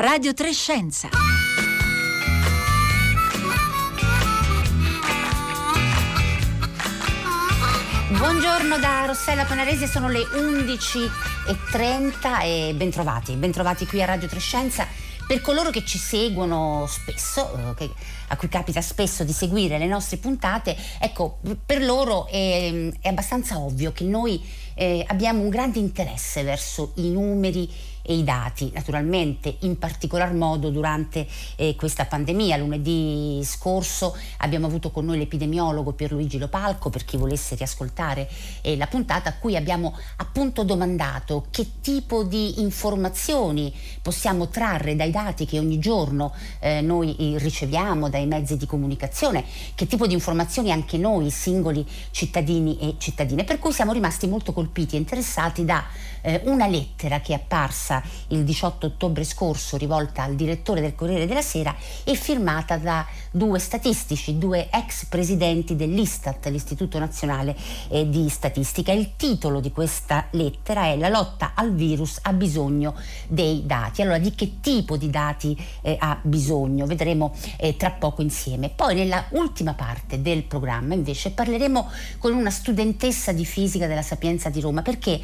Radio 3 Scienza. Buongiorno da Rossella Panarese, sono le 11:30 e bentrovati qui a Radio 3 Scienza. Per coloro che ci seguono spesso, a cui capita spesso di seguire le nostre puntate, ecco, per loro è abbastanza ovvio che noi abbiamo un grande interesse verso i numeri e i dati, naturalmente in particolar modo durante questa pandemia. Lunedì scorso abbiamo avuto con noi l'epidemiologo Pierluigi Lopalco, per chi volesse riascoltare la puntata, a cui abbiamo appunto domandato che tipo di informazioni possiamo trarre dai dati che ogni giorno noi riceviamo dai mezzi di comunicazione, che tipo di informazioni anche noi singoli cittadini e cittadine, per cui siamo rimasti molto colpiti e interessati da una lettera che è apparsa il 18 ottobre scorso, rivolta al direttore del Corriere della Sera e firmata da due statistici, due ex presidenti dell'Istat, l'Istituto Nazionale di Statistica. Il titolo di questa lettera è: La lotta al virus ha bisogno dei dati. Allora, di che tipo di dati ha bisogno? Vedremo tra poco insieme. Poi nella ultima parte del programma invece parleremo con una studentessa di fisica della Sapienza di Roma, perché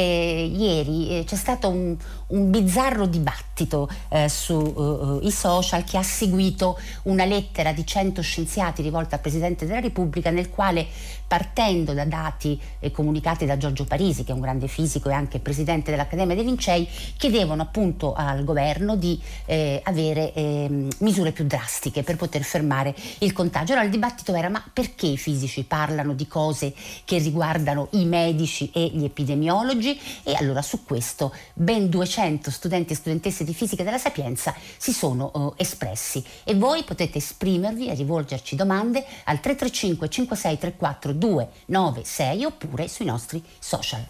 ieri c'è stato un bizzarro dibattito sui social che ha seguito una lettera di 100 scienziati rivolta al Presidente della Repubblica, nel quale, partendo da dati comunicati da Giorgio Parisi, che è un grande fisico e anche Presidente dell'Accademia dei Lincei, chiedevano appunto al governo di avere misure più drastiche per poter fermare il contagio. Allora il dibattito era: ma perché i fisici parlano di cose che riguardano i medici e gli epidemiologi? E allora su questo ben 200 studenti e studentesse di fisica della Sapienza si sono espressi, e voi potete esprimervi e rivolgerci domande al 335 5634 296 oppure sui nostri social.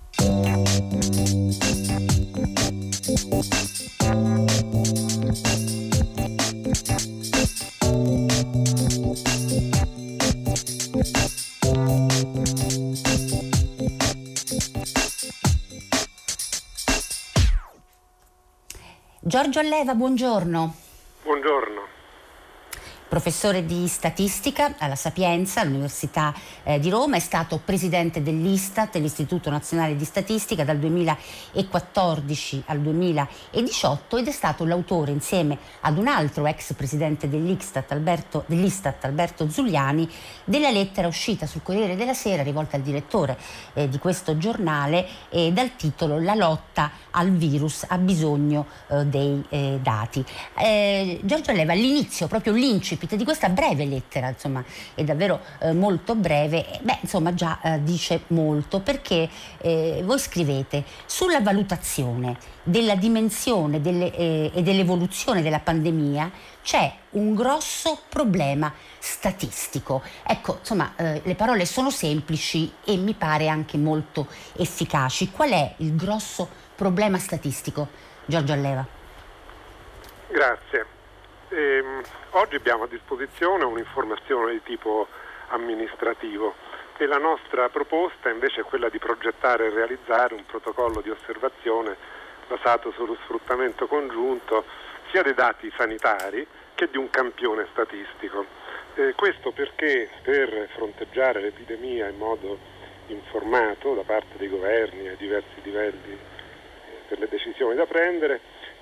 Giorgio Alleva, buongiorno. Buongiorno. Professore di statistica alla Sapienza, all'Università di Roma, è stato presidente dell'Istat, l'Istituto Nazionale di Statistica, dal 2014 al 2018, ed è stato l'autore, insieme ad un altro ex presidente dell'Istat, Alberto Zuliani, della lettera uscita sul Corriere della Sera rivolta al direttore di questo giornale dal titolo La lotta al virus ha bisogno dei dati. Giorgio Alleva, all'inizio, proprio l'incipit di questa breve lettera, insomma è davvero molto breve, insomma già dice molto, perché voi scrivete: sulla valutazione della dimensione e dell'evoluzione della pandemia c'è un grosso problema statistico. Ecco, insomma, le parole sono semplici e mi pare anche molto efficaci. Qual è il grosso problema statistico, Giorgio Alleva? Grazie. Oggi abbiamo a disposizione un'informazione di tipo amministrativo e la nostra proposta invece è quella di progettare e realizzare un protocollo di osservazione basato sullo sfruttamento congiunto sia dei dati sanitari che di un campione statistico. Questo perché, per fronteggiare l'epidemia in modo informato da parte dei governi ai diversi livelli per le decisioni da prendere,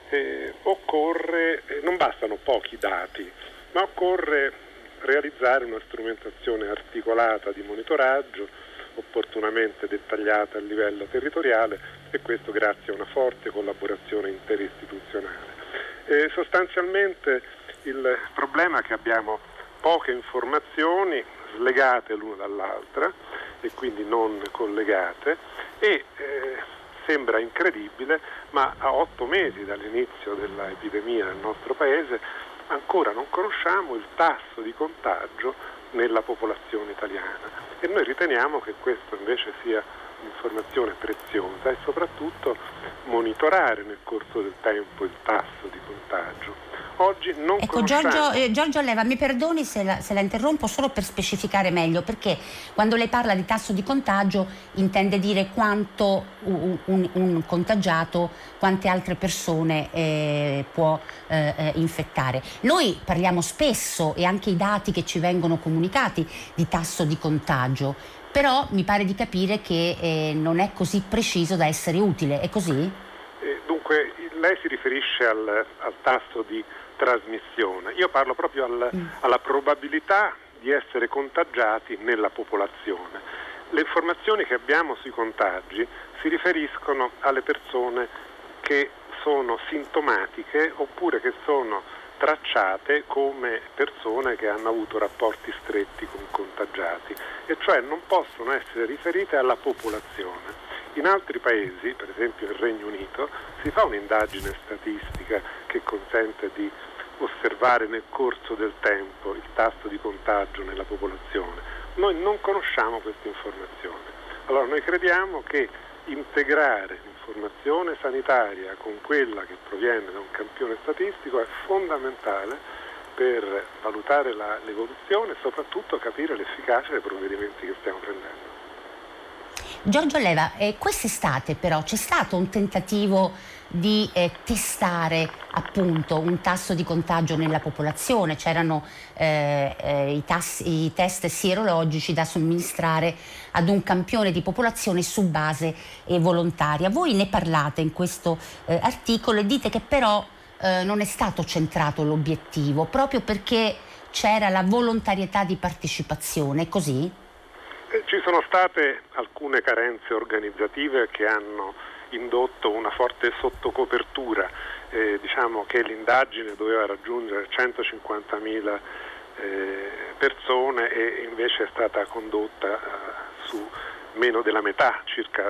non bastano pochi dati, ma occorre realizzare una strumentazione articolata di monitoraggio, opportunamente dettagliata a livello territoriale, e questo grazie a una forte collaborazione interistituzionale. Sostanzialmente il problema è che abbiamo poche informazioni slegate l'una dall'altra e quindi non collegate, e sembra incredibile, ma a 8 mesi dall'inizio dell'epidemia nel nostro paese ancora non conosciamo il tasso di contagio nella popolazione italiana, e noi riteniamo che questo invece sia un'informazione preziosa, e soprattutto monitorare nel corso del tempo il tasso di contagio. Oggi non ecco, conosciamo. Giorgio Leva, mi perdoni se la interrompo, solo per specificare meglio, perché quando lei parla di tasso di contagio intende dire quanto un contagiato, quante altre persone può infettare. Noi parliamo spesso, e anche i dati che ci vengono comunicati, di tasso di contagio, però mi pare di capire che non è così preciso da essere utile, è così? Dunque, lei si riferisce al tasso di trasmissione. Io parlo proprio alla probabilità di essere contagiati nella popolazione. Le informazioni che abbiamo sui contagi si riferiscono alle persone che sono sintomatiche oppure che sono tracciate come persone che hanno avuto rapporti stretti con contagiati, e cioè non possono essere riferite alla popolazione. In altri paesi, per esempio il Regno Unito, si fa un'indagine statistica che consente di osservare nel corso del tempo il tasso di contagio nella popolazione. Noi non conosciamo questa informazione. Allora noi crediamo che integrare l'informazione sanitaria con quella che proviene da un campione statistico è fondamentale per valutare l'evoluzione e soprattutto capire l'efficacia dei provvedimenti che stiamo prendendo. Giorgio Leva, quest'estate però c'è stato un tentativo di testare appunto un tasso di contagio nella popolazione, c'erano i test sierologici da somministrare ad un campione di popolazione su base volontaria. Voi ne parlate in questo articolo e dite che però non è stato centrato l'obiettivo, proprio perché c'era la volontarietà di partecipazione, è così? Ci sono state alcune carenze organizzative che hanno indotto una forte sottocopertura. Diciamo che l'indagine doveva raggiungere 150.000 persone e invece è stata condotta su meno della metà, circa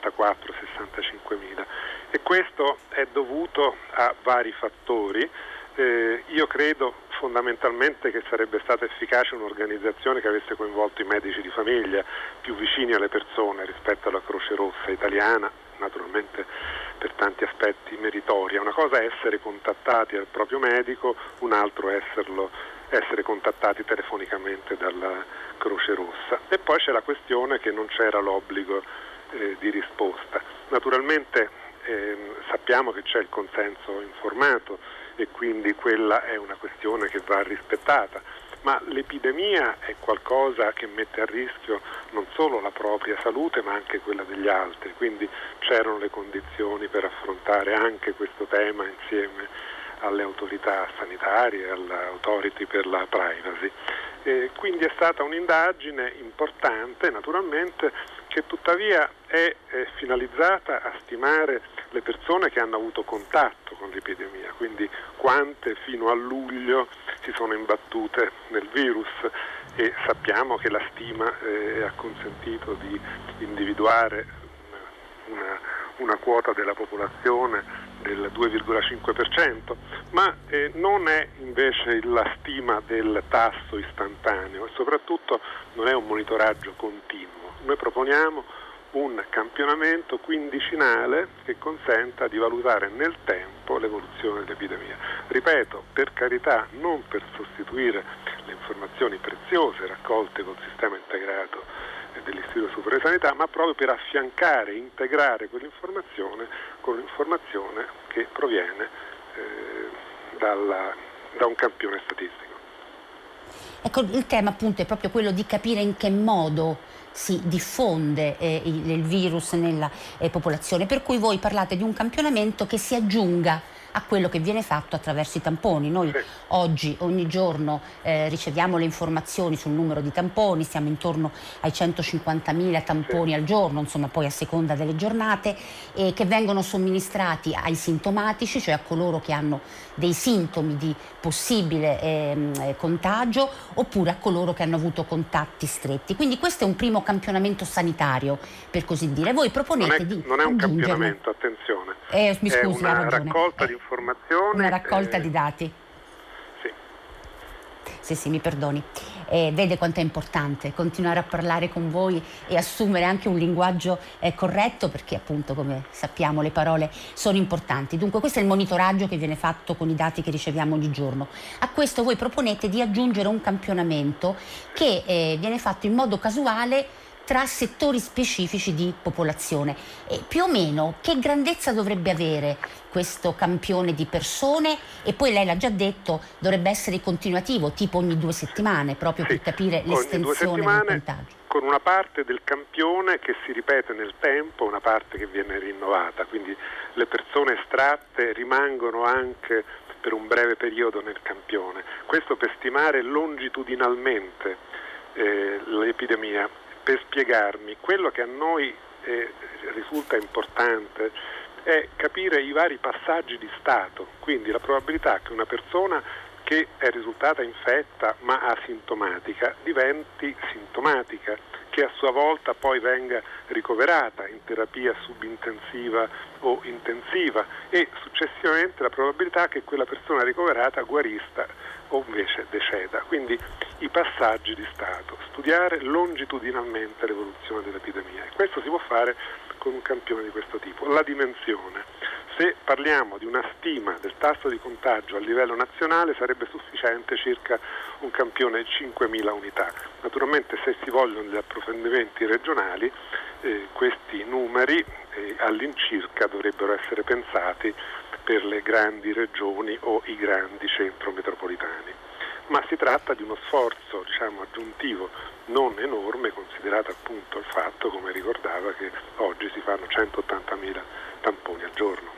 64-65.000, e questo è dovuto a vari fattori. Io credo fondamentalmente che sarebbe stata efficace un'organizzazione che avesse coinvolto i medici di famiglia più vicini alle persone rispetto alla Croce Rossa italiana, naturalmente per tanti aspetti meritoria. Una cosa è essere contattati dal proprio medico, un altro è essere contattati telefonicamente dalla Croce Rossa. E poi c'è la questione che non c'era l'obbligo di risposta. Naturalmente sappiamo che c'è il consenso informato e quindi quella è una questione che va rispettata, ma l'epidemia è qualcosa che mette a rischio non solo la propria salute ma anche quella degli altri, quindi c'erano le condizioni per affrontare anche questo tema insieme alle autorità sanitarie, all'autority per la privacy. Quindi è stata un'indagine importante, naturalmente, che tuttavia è finalizzata a stimare le persone che hanno avuto contatto con l'epidemia, quindi quante fino a luglio si sono imbattute nel virus, e sappiamo che la stima ha consentito di individuare una quota della popolazione del 2,5%, ma non è invece la stima del tasso istantaneo e soprattutto non è un monitoraggio continuo. Noi proponiamo un campionamento quindicinale che consenta di valutare nel tempo l'evoluzione dell'epidemia. Ripeto, per carità, non per sostituire le informazioni preziose raccolte col sistema integrato dell'Istituto Superiore di Sanità, ma proprio per affiancare e integrare quell'informazione con l'informazione che proviene da un campione statistico. Ecco, il tema appunto è proprio quello di capire in che modo si diffonde il virus nella popolazione, per cui voi parlate di un campionamento che si aggiunga a quello che viene fatto attraverso i tamponi. Noi oggi, ogni giorno, riceviamo le informazioni sul numero di tamponi, siamo intorno ai 150.000 tamponi al giorno, insomma poi a seconda delle giornate, che vengono somministrati ai sintomatici, cioè a coloro che hanno dei sintomi di possibile contagio, oppure a coloro che hanno avuto contatti stretti. Quindi questo è un primo campionamento sanitario, per così dire. Voi proponete non è un campionamento, attenzione. Mi scusi, è una raccolta di informazioni. Una raccolta di dati. Sì. sì, mi perdoni. Vede quanto è importante continuare a parlare con voi e assumere anche un linguaggio corretto, perché appunto, come sappiamo, le parole sono importanti. Dunque questo è il monitoraggio che viene fatto con i dati che riceviamo ogni giorno. A questo voi proponete di aggiungere un campionamento che viene fatto in modo casuale tra settori specifici di popolazione. Più o meno che grandezza dovrebbe avere questo campione di persone? E poi lei l'ha già detto, dovrebbe essere continuativo, tipo ogni 2 settimane, proprio per capire l'estensione del contagio. Con una parte del campione che si ripete nel tempo, una parte che viene rinnovata, quindi le persone estratte rimangono anche per un breve periodo nel campione. Questo per stimare longitudinalmente l'epidemia. Per spiegarmi, quello che a noi risulta importante è capire i vari passaggi di stato, quindi la probabilità che una persona che è risultata infetta ma asintomatica diventi sintomatica, che a sua volta poi venga ricoverata in terapia subintensiva o intensiva e successivamente la probabilità che quella persona ricoverata guarisca o invece deceda. Quindi i passaggi di stato, studiare longitudinalmente l'evoluzione dell'epidemia. E questo si può fare con un campione di questo tipo. La dimensione. Se parliamo di una stima del tasso di contagio a livello nazionale sarebbe sufficiente circa un campione di 5.000 unità. Naturalmente se si vogliono gli approfondimenti regionali questi numeri all'incirca dovrebbero essere pensati per le grandi regioni o i grandi centro metropolitani. Ma si tratta di uno sforzo aggiuntivo non enorme, considerato appunto il fatto, come ricordava, che oggi si fanno 180.000 tamponi al giorno.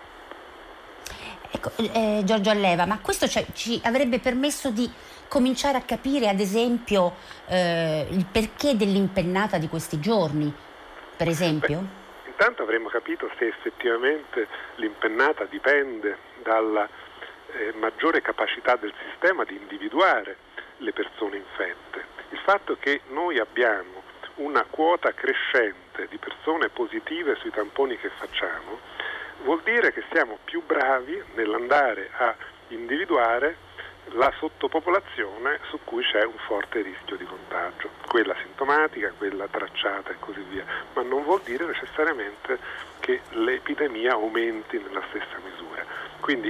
Ecco, Giorgio Alleva, ma questo ci avrebbe permesso di cominciare a capire, ad esempio, il perché dell'impennata di questi giorni, per esempio? Intanto avremmo capito se effettivamente l'impennata dipende dalla maggiore capacità del sistema di individuare le persone infette. Il fatto che noi abbiamo una quota crescente di persone positive sui tamponi che facciamo vuol dire che siamo più bravi nell'andare a individuare la sottopopolazione su cui c'è un forte rischio di contagio, quella sintomatica, quella tracciata e così via, ma non vuol dire necessariamente che l'epidemia aumenti nella stessa misura. Quindi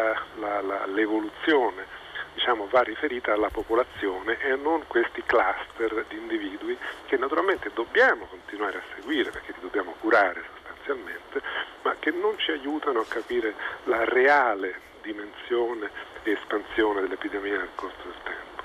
l'evoluzione va riferita alla popolazione e non questi cluster di individui che naturalmente dobbiamo continuare a seguire perché li dobbiamo curare sostanzialmente, ma che non ci aiutano a capire la reale dimensione e espansione dell'epidemia nel corso del tempo.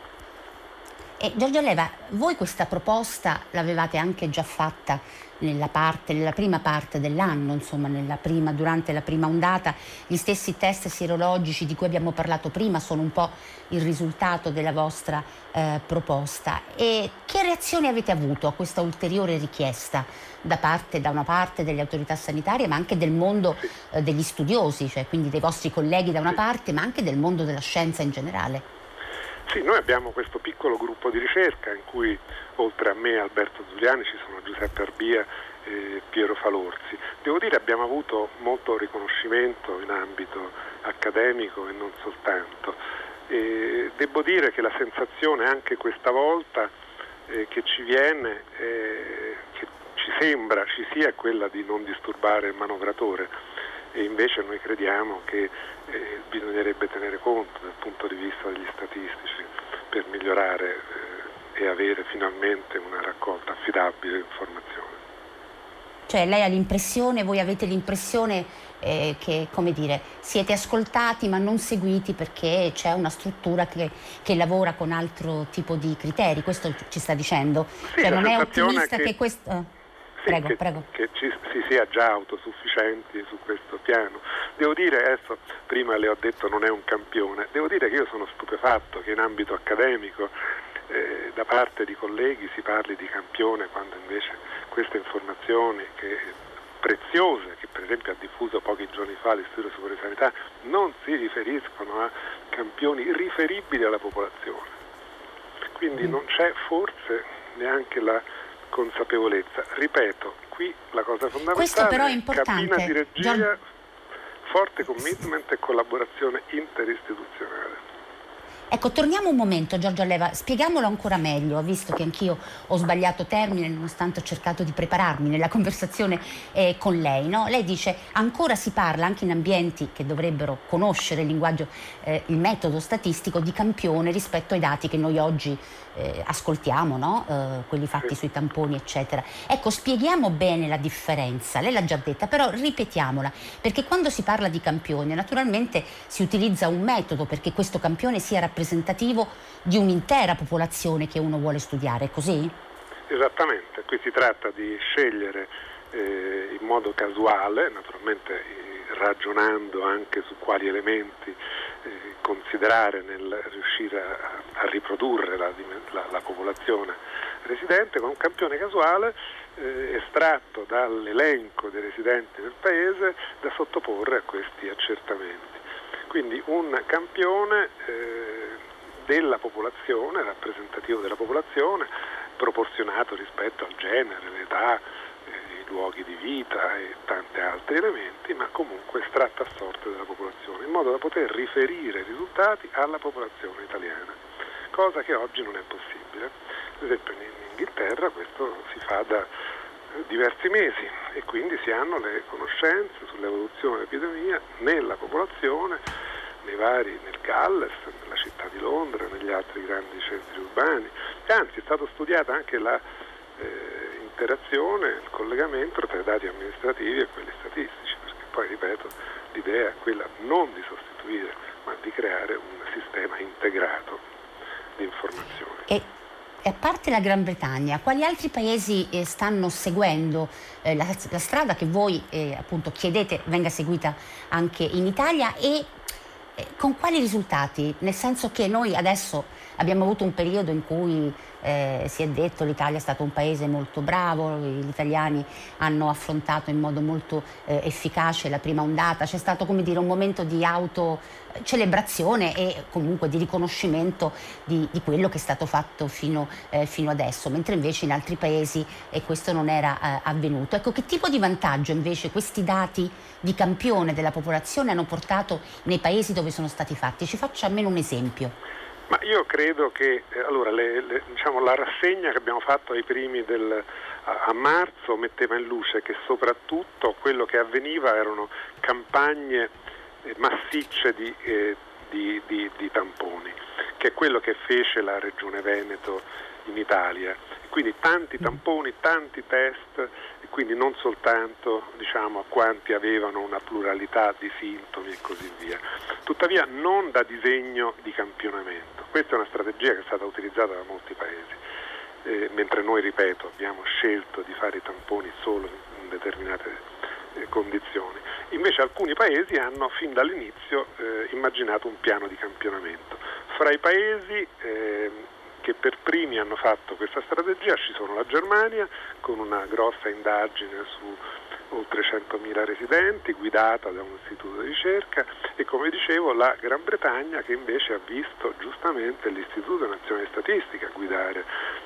Giorgio Alleva, voi questa proposta l'avevate anche già fatta nella prima parte dell'anno, insomma durante la prima ondata. Gli stessi test sierologici di cui abbiamo parlato prima sono un po' il risultato della vostra proposta. E che reazioni avete avuto a questa ulteriore richiesta da una parte delle autorità sanitarie, ma anche del mondo degli studiosi, cioè quindi dei vostri colleghi da una parte, ma anche del mondo della scienza in generale? Sì, noi abbiamo questo piccolo gruppo di ricerca in cui oltre a me e Alberto Zuliani ci sono Giuseppe Arbia e Piero Falorzi. Devo dire abbiamo avuto molto riconoscimento in ambito accademico e non soltanto. Devo dire che la sensazione anche questa volta che ci viene, che ci sembra ci sia, è quella di non disturbare il manovratore. E invece noi crediamo che bisognerebbe tenere conto dal punto di vista degli statistici per migliorare e avere finalmente una raccolta affidabile di informazioni. Cioè lei ha l'impressione, voi avete l'impressione che, come dire, siete ascoltati ma non seguiti perché c'è una struttura che lavora con altro tipo di criteri, questo ci sta dicendo? Sì, cioè non è ottimista che questo... Prego. Che si sia già autosufficienti su questo piano. Devo dire, adesso prima le ho detto non è un campione, devo dire che io sono stupefatto che in ambito accademico da parte di colleghi si parli di campione quando invece queste informazioni preziose che per esempio ha diffuso pochi giorni fa l'Istituto Superiore di Sanità non si riferiscono a campioni riferibili alla popolazione. Quindi non c'è forse neanche la consapevolezza. Ripeto, qui la cosa fondamentale questo però è importante. Cabina di regia, forte commitment e collaborazione interistituzionale. Ecco, torniamo un momento, Giorgio Alleva, spieghiamolo ancora meglio, visto che anch'io ho sbagliato termine, nonostante ho cercato di prepararmi nella conversazione con lei, no? Lei dice ancora si parla anche in ambienti che dovrebbero conoscere il linguaggio, il metodo statistico di campione rispetto ai dati che noi oggi ascoltiamo, no? Quelli fatti sui tamponi, eccetera. Ecco, spieghiamo bene la differenza, lei l'ha già detta, però ripetiamola, perché quando si parla di campione naturalmente si utilizza un metodo perché questo campione sia rappresentativo di un'intera popolazione che uno vuole studiare, è così? Esattamente, qui si tratta di scegliere in modo casuale, naturalmente ragionando anche su quali elementi considerare nel riuscire a riprodurre la popolazione residente, con un campione casuale estratto dall'elenco dei residenti del paese da sottoporre a questi accertamenti. Quindi un campione della popolazione, rappresentativo della popolazione, proporzionato rispetto al genere, l'età, i luoghi di vita e tanti altri elementi, ma comunque estratto a sorte dalla popolazione, in modo da poter riferire i risultati alla popolazione italiana, cosa che oggi non è possibile. Ad esempio in Inghilterra questo si fa da diversi mesi e quindi si hanno le conoscenze sull'evoluzione dell'epidemia nella popolazione, nel Galles, nella città di Londra, negli altri grandi centri urbani. E anzi è stato studiata anche la interazione, il collegamento tra i dati amministrativi e quelli statistici, perché poi, ripeto, l'idea è quella non di sostituire, ma di creare un sistema integrato di informazioni. E a parte la Gran Bretagna, quali altri paesi stanno seguendo la strada che voi appunto chiedete venga seguita anche in Italia e con quali risultati? Nel senso che noi adesso abbiamo avuto un periodo in cui si è detto che l'Italia è stato un paese molto bravo, gli italiani hanno affrontato in modo molto efficace la prima ondata, c'è stato, come dire, un momento di autocelebrazione e comunque di riconoscimento di quello che è stato fatto fino adesso, mentre invece in altri paesi questo non era avvenuto. Ecco, che tipo di vantaggio invece questi dati di campione della popolazione hanno portato nei paesi dove sono stati fatti? Ci faccia almeno un esempio. Ma io credo che allora, diciamo, la rassegna che abbiamo fatto ai primi a marzo metteva in luce che soprattutto quello che avveniva erano campagne massicce di tamponi, che è quello che fece la Regione Veneto in Italia. Quindi tanti tamponi, tanti test, e quindi non soltanto, diciamo, a quanti avevano una pluralità di sintomi e così via. Tuttavia non da disegno di campionamento. Questa è una strategia che è stata utilizzata da molti paesi, mentre noi, ripeto, abbiamo scelto di fare i tamponi solo in determinate condizioni. Invece alcuni paesi hanno fin dall'inizio immaginato un piano di campionamento. Fra i paesi che per primi hanno fatto questa strategia ci sono la Germania, con una grossa indagine su oltre 100.000 residenti, guidata da un istituto di ricerca, e come dicevo la Gran Bretagna, che invece ha visto giustamente l'Istituto Nazionale di Statistica guidare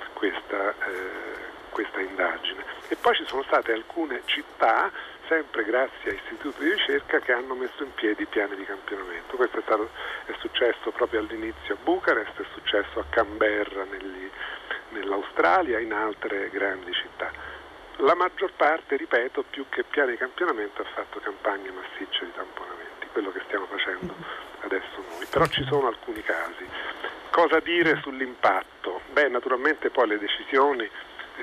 questa indagine. E poi ci sono state alcune città, sempre grazie a istituti di ricerca, che hanno messo in piedi piani di campionamento. Questo è successo proprio all'inizio a Bucarest, è successo a Canberra nell'Australia, in altre grandi città. La maggior parte, ripeto, più che piani di campionamento, ha fatto campagne massicce di tamponamenti, quello che stiamo facendo adesso noi. Però ci sono alcuni casi. Cosa dire sull'impatto? Beh, naturalmente poi le decisioni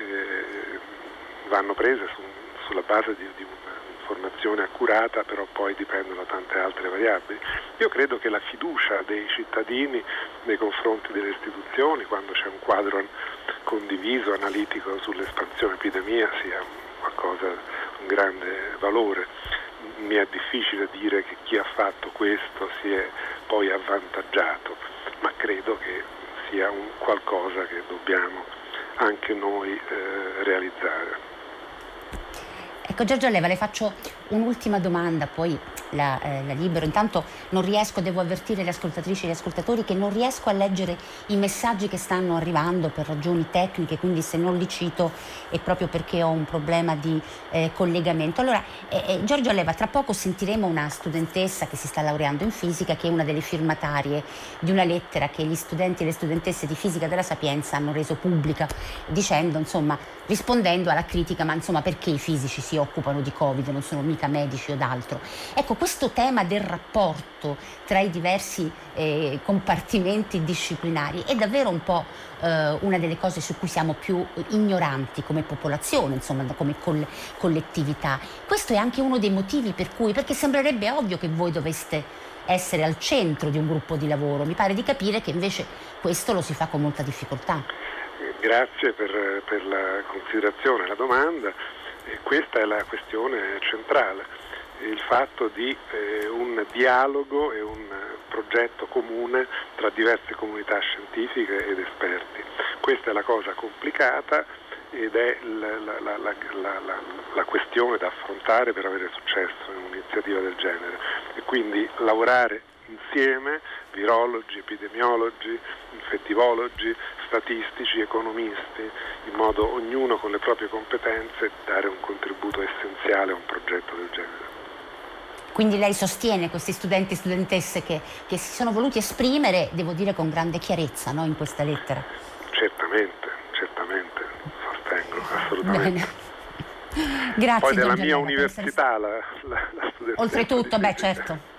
vanno prese sulla base di un'informazione accurata, però poi dipendono da tante altre variabili. Io credo che la fiducia dei cittadini nei confronti delle istituzioni, quando c'è un quadro condiviso, analitico sull'espansione epidemia, sia un grande valore. Mi è difficile dire che chi ha fatto questo si è poi avvantaggiato, ma credo che sia un qualcosa che dobbiamo anche noi realizzare. Ecco, Giorgio Alleva, le faccio un'ultima domanda, poi la Libero. Intanto non riesco, devo avvertire le ascoltatrici e gli ascoltatori che non riesco a leggere i messaggi che stanno arrivando per ragioni tecniche, quindi se non li cito è proprio perché ho un problema di collegamento. Allora, Giorgio Alleva, tra poco sentiremo una studentessa che si sta laureando in fisica, che è una delle firmatarie di una lettera che gli studenti e le studentesse di fisica della Sapienza hanno reso pubblica, dicendo, insomma, rispondendo alla critica, ma insomma perché i fisici si occupano di Covid, non sono mica medici o d'altro. Ecco, questo tema del rapporto tra i diversi compartimenti disciplinari è davvero un po' una delle cose su cui siamo più ignoranti come popolazione, insomma, come collettività. Questo è anche uno dei motivi per cui, perché sembrerebbe ovvio che voi doveste essere al centro di un gruppo di lavoro, mi pare di capire che invece questo lo si fa con molta difficoltà. Grazie per la considerazione, la domanda. Questa è la questione centrale, il fatto di un dialogo e un progetto comune tra diverse comunità scientifiche ed esperti. Questa è la cosa complicata ed è la questione da affrontare per avere successo in un'iniziativa del genere, e quindi lavorare insieme virologi, epidemiologi, infettivologi, statistici, economisti, in modo ognuno con le proprie competenze dare un contributo essenziale a un progetto del genere. Quindi lei sostiene questi studenti e studentesse che si sono voluti esprimere, devo dire, con grande chiarezza, no, in questa lettera? Certamente, sostengo, assolutamente. Bene. Grazie. Poi della Giorgio mia Alleva, università la studentessa. Oltretutto, certo.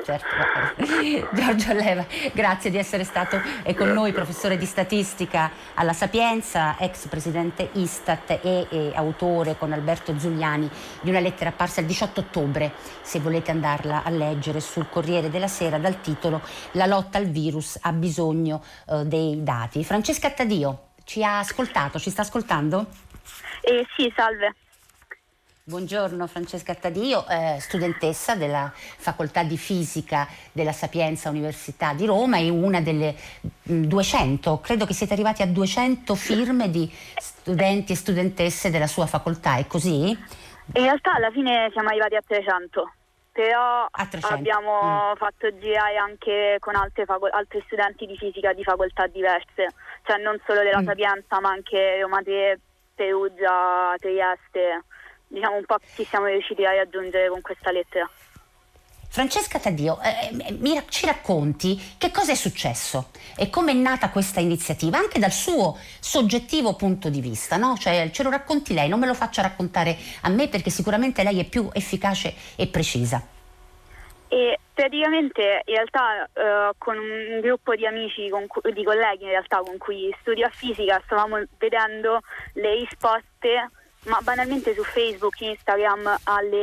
Giorgio Alleva, grazie di essere stato con noi, professore di statistica alla Sapienza, ex presidente Istat e autore con Alberto Zuliani di una lettera apparsa il 18 ottobre, se volete andarla a leggere, sul Corriere della Sera, dal titolo La lotta al virus ha bisogno dei dati. Francesca Taddeo ci ha ascoltato, ci sta ascoltando? Sì, salve. Buongiorno Francesca Taddeo, studentessa della Facoltà di Fisica della Sapienza Università di Roma e una delle 200, credo che siete arrivati a 200 firme di studenti e studentesse della sua facoltà, è così? In realtà alla fine siamo arrivati a 300, però abbiamo fatto girare anche con altri studenti di fisica di facoltà diverse, cioè non solo della Sapienza ma anche Roma 3, Perugia, Trieste. Diciamo un po' chi siamo riusciti a raggiungere con questa lettera. Francesca Taddeo, ci racconti che cosa è successo e come è nata questa iniziativa, anche dal suo soggettivo punto di vista, no? Cioè, ce lo racconti lei, non me lo faccia raccontare a me, perché sicuramente lei è più efficace e precisa. E praticamente in realtà con un gruppo di amici, di colleghi in realtà con cui studio a fisica, stavamo vedendo le risposte, ma banalmente su Facebook, Instagram,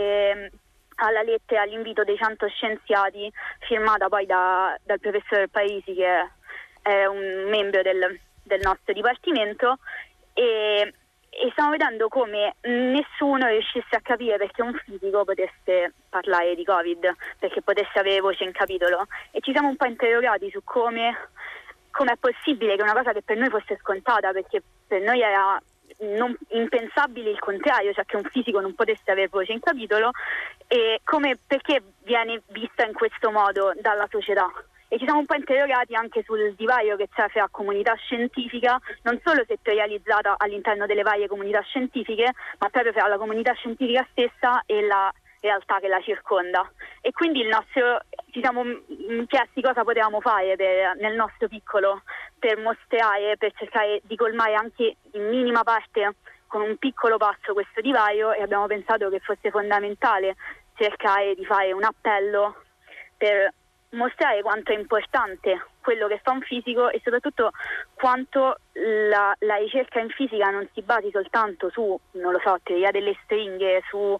alla lettera, all'invito dei 100 scienziati, firmata poi dal professor Parisi, che è un membro del nostro dipartimento, e stiamo vedendo come nessuno riuscisse a capire perché un fisico potesse parlare di Covid, perché potesse avere voce in capitolo, e ci siamo un po' interrogati su come è possibile che una cosa che per noi fosse scontata, perché per noi era impensabile il contrario, cioè che un fisico non potesse avere voce in capitolo, e perché viene vista in questo modo dalla società. E ci siamo un po' interrogati anche sul divario che c'è fra comunità scientifica, non solo settorializzata all'interno delle varie comunità scientifiche, ma proprio fra la comunità scientifica stessa e la realtà che la circonda. E quindi ci siamo chiesti cosa potevamo fare nel nostro piccolo per mostrare, per cercare di colmare anche in minima parte, con un piccolo passo, questo divario, e abbiamo pensato che fosse fondamentale cercare di fare un appello per mostrare quanto è importante quello che fa un fisico, e soprattutto quanto la ricerca in fisica non si basi soltanto su, non lo so, teoria delle stringhe, su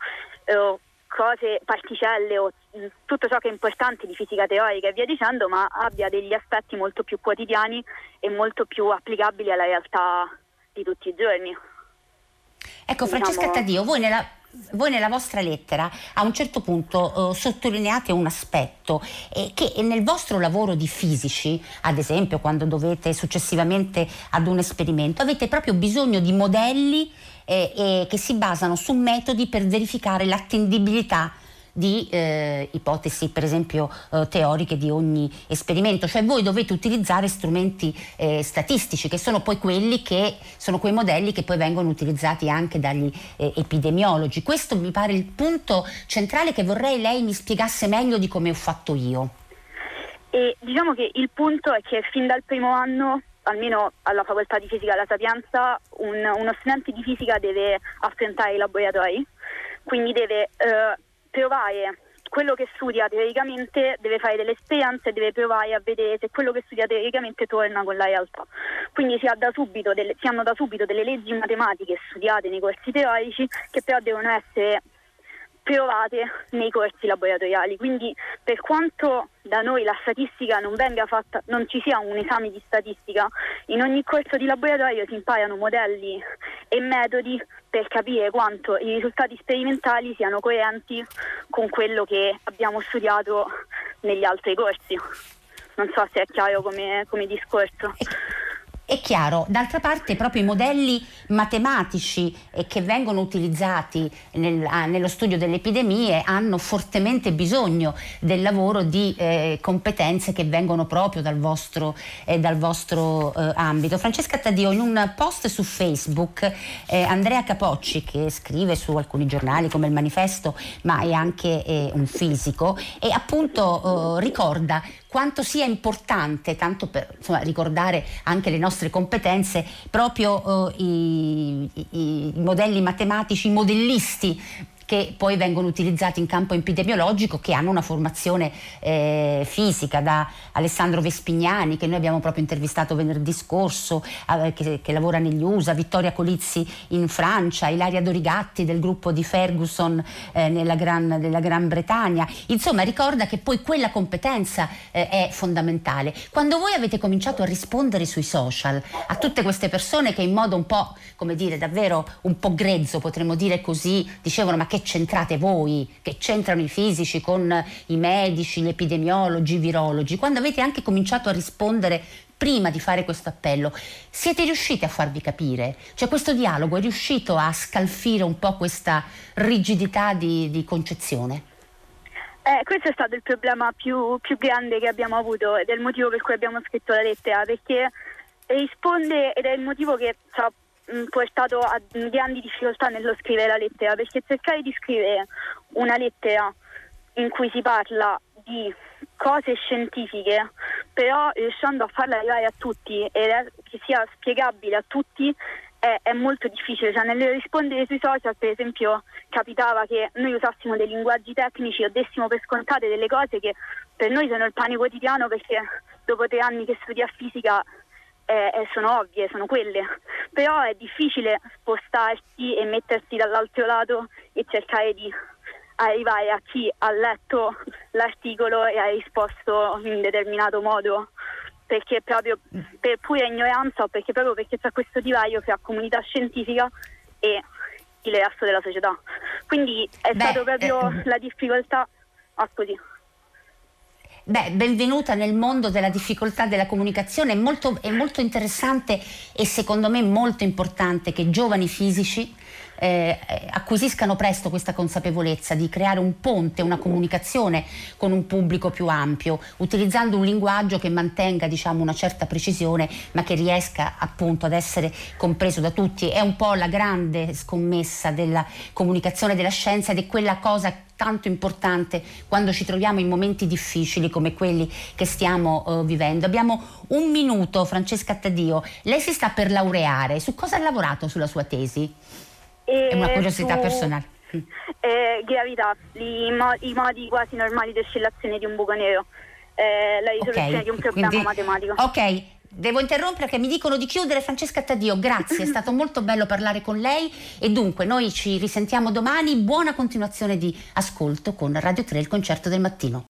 cose, particelle o tutto ciò che è importante di fisica teorica e via dicendo, ma abbia degli aspetti molto più quotidiani e molto più applicabili alla realtà di tutti i giorni. Ecco, Francesca Taddeo, voi nella vostra lettera a un certo punto sottolineate un aspetto che nel vostro lavoro di fisici, ad esempio quando dovete successivamente ad un esperimento, avete proprio bisogno di modelli che si basano su metodi per verificare l'attendibilità di ipotesi, per esempio teoriche di ogni esperimento, cioè voi dovete utilizzare strumenti statistici, che sono poi quelli che sono quei modelli che poi vengono utilizzati anche dagli epidemiologi. Questo mi pare il punto centrale che vorrei lei mi spiegasse meglio di come ho fatto io. E diciamo che il punto è che fin dal primo anno, almeno alla facoltà di fisica alla Sapienza, uno studente di fisica deve affrontare i laboratori, quindi deve provare quello che studia teoricamente, deve fare delle esperienze e deve provare a vedere se quello che studia teoricamente torna con la realtà. Quindi si hanno da subito delle leggi matematiche studiate nei corsi teorici che però devono essere provate nei corsi laboratoriali. Quindi per quanto da noi la statistica non venga fatta, non ci sia un esame di statistica, in ogni corso di laboratorio si imparano modelli e metodi per capire quanto i risultati sperimentali siano coerenti con quello che abbiamo studiato negli altri corsi. Non so se è chiaro come discorso. È chiaro, d'altra parte proprio i modelli matematici che vengono utilizzati nello studio delle epidemie hanno fortemente bisogno del lavoro di competenze che vengono proprio dal vostro ambito. Francesca Taddeo, in un post su Facebook, Andrea Capocci, che scrive su alcuni giornali come il Manifesto, ma è anche un fisico, e appunto ricorda quanto sia importante, tanto per ricordare anche le nostre competenze, proprio i modelli matematici, i modellisti che poi vengono utilizzati in campo epidemiologico, che hanno una formazione fisica, da Alessandro Vespignani, che noi abbiamo proprio intervistato venerdì scorso, che lavora negli USA, Vittoria Colizzi in Francia, Ilaria Dorigatti del gruppo di Ferguson della Gran Bretagna. Insomma, ricorda che poi quella competenza è fondamentale. Quando voi avete cominciato a rispondere sui social a tutte queste persone che in modo un po', come dire, davvero un po' grezzo, potremmo dire così, dicevano: ma che c'entrate voi, che c'entrano i fisici con i medici, gli epidemiologi, i virologi? Quando avete anche cominciato a rispondere prima di fare questo appello, siete riusciti a farvi capire? Cioè questo dialogo è riuscito a scalfire un po' questa rigidità di concezione? Questo è stato il problema più grande che abbiamo avuto ed è il motivo per cui abbiamo scritto la lettera, perché risponde, ed è il motivo che ci ha portato a grandi difficoltà nello scrivere la lettera, perché cercare di scrivere una lettera in cui si parla di cose scientifiche, però riuscendo a farla arrivare a tutti e che sia spiegabile a tutti, è molto difficile. Cioè, nel rispondere sui social, per esempio, capitava che noi usassimo dei linguaggi tecnici o dessimo per scontate delle cose che per noi sono il pane quotidiano, perché dopo 3 anni che studia fisica sono ovvie, sono quelle, però è difficile spostarsi e mettersi dall'altro lato e cercare di arrivare a chi ha letto l'articolo e ha risposto in determinato modo, perché proprio per pura ignoranza o perché c'è questo divario tra comunità scientifica e il resto della società. Quindi è stato proprio la difficoltà. Scusi. Benvenuta nel mondo della difficoltà della comunicazione. È molto interessante e secondo me molto importante che giovani fisici acquisiscano presto questa consapevolezza di creare un ponte, una comunicazione con un pubblico più ampio, utilizzando un linguaggio che mantenga, diciamo, una certa precisione, ma che riesca appunto ad essere compreso da tutti. È un po' la grande scommessa della comunicazione della scienza ed è quella cosa tanto importante quando ci troviamo in momenti difficili come quelli che stiamo vivendo. Abbiamo 1 minuto, Francesca Taddeo. Lei si sta per laureare. Su cosa ha lavorato sulla sua tesi? È una curiosità personale. Gravità, i modi quasi normali di oscillazione di un buco nero, la risoluzione di un problema matematico. Ok, devo interrompere perché mi dicono di chiudere. Francesca Taddeo, grazie, è stato molto bello parlare con lei e dunque noi ci risentiamo domani. Buona continuazione di ascolto con Radio 3, il concerto del mattino.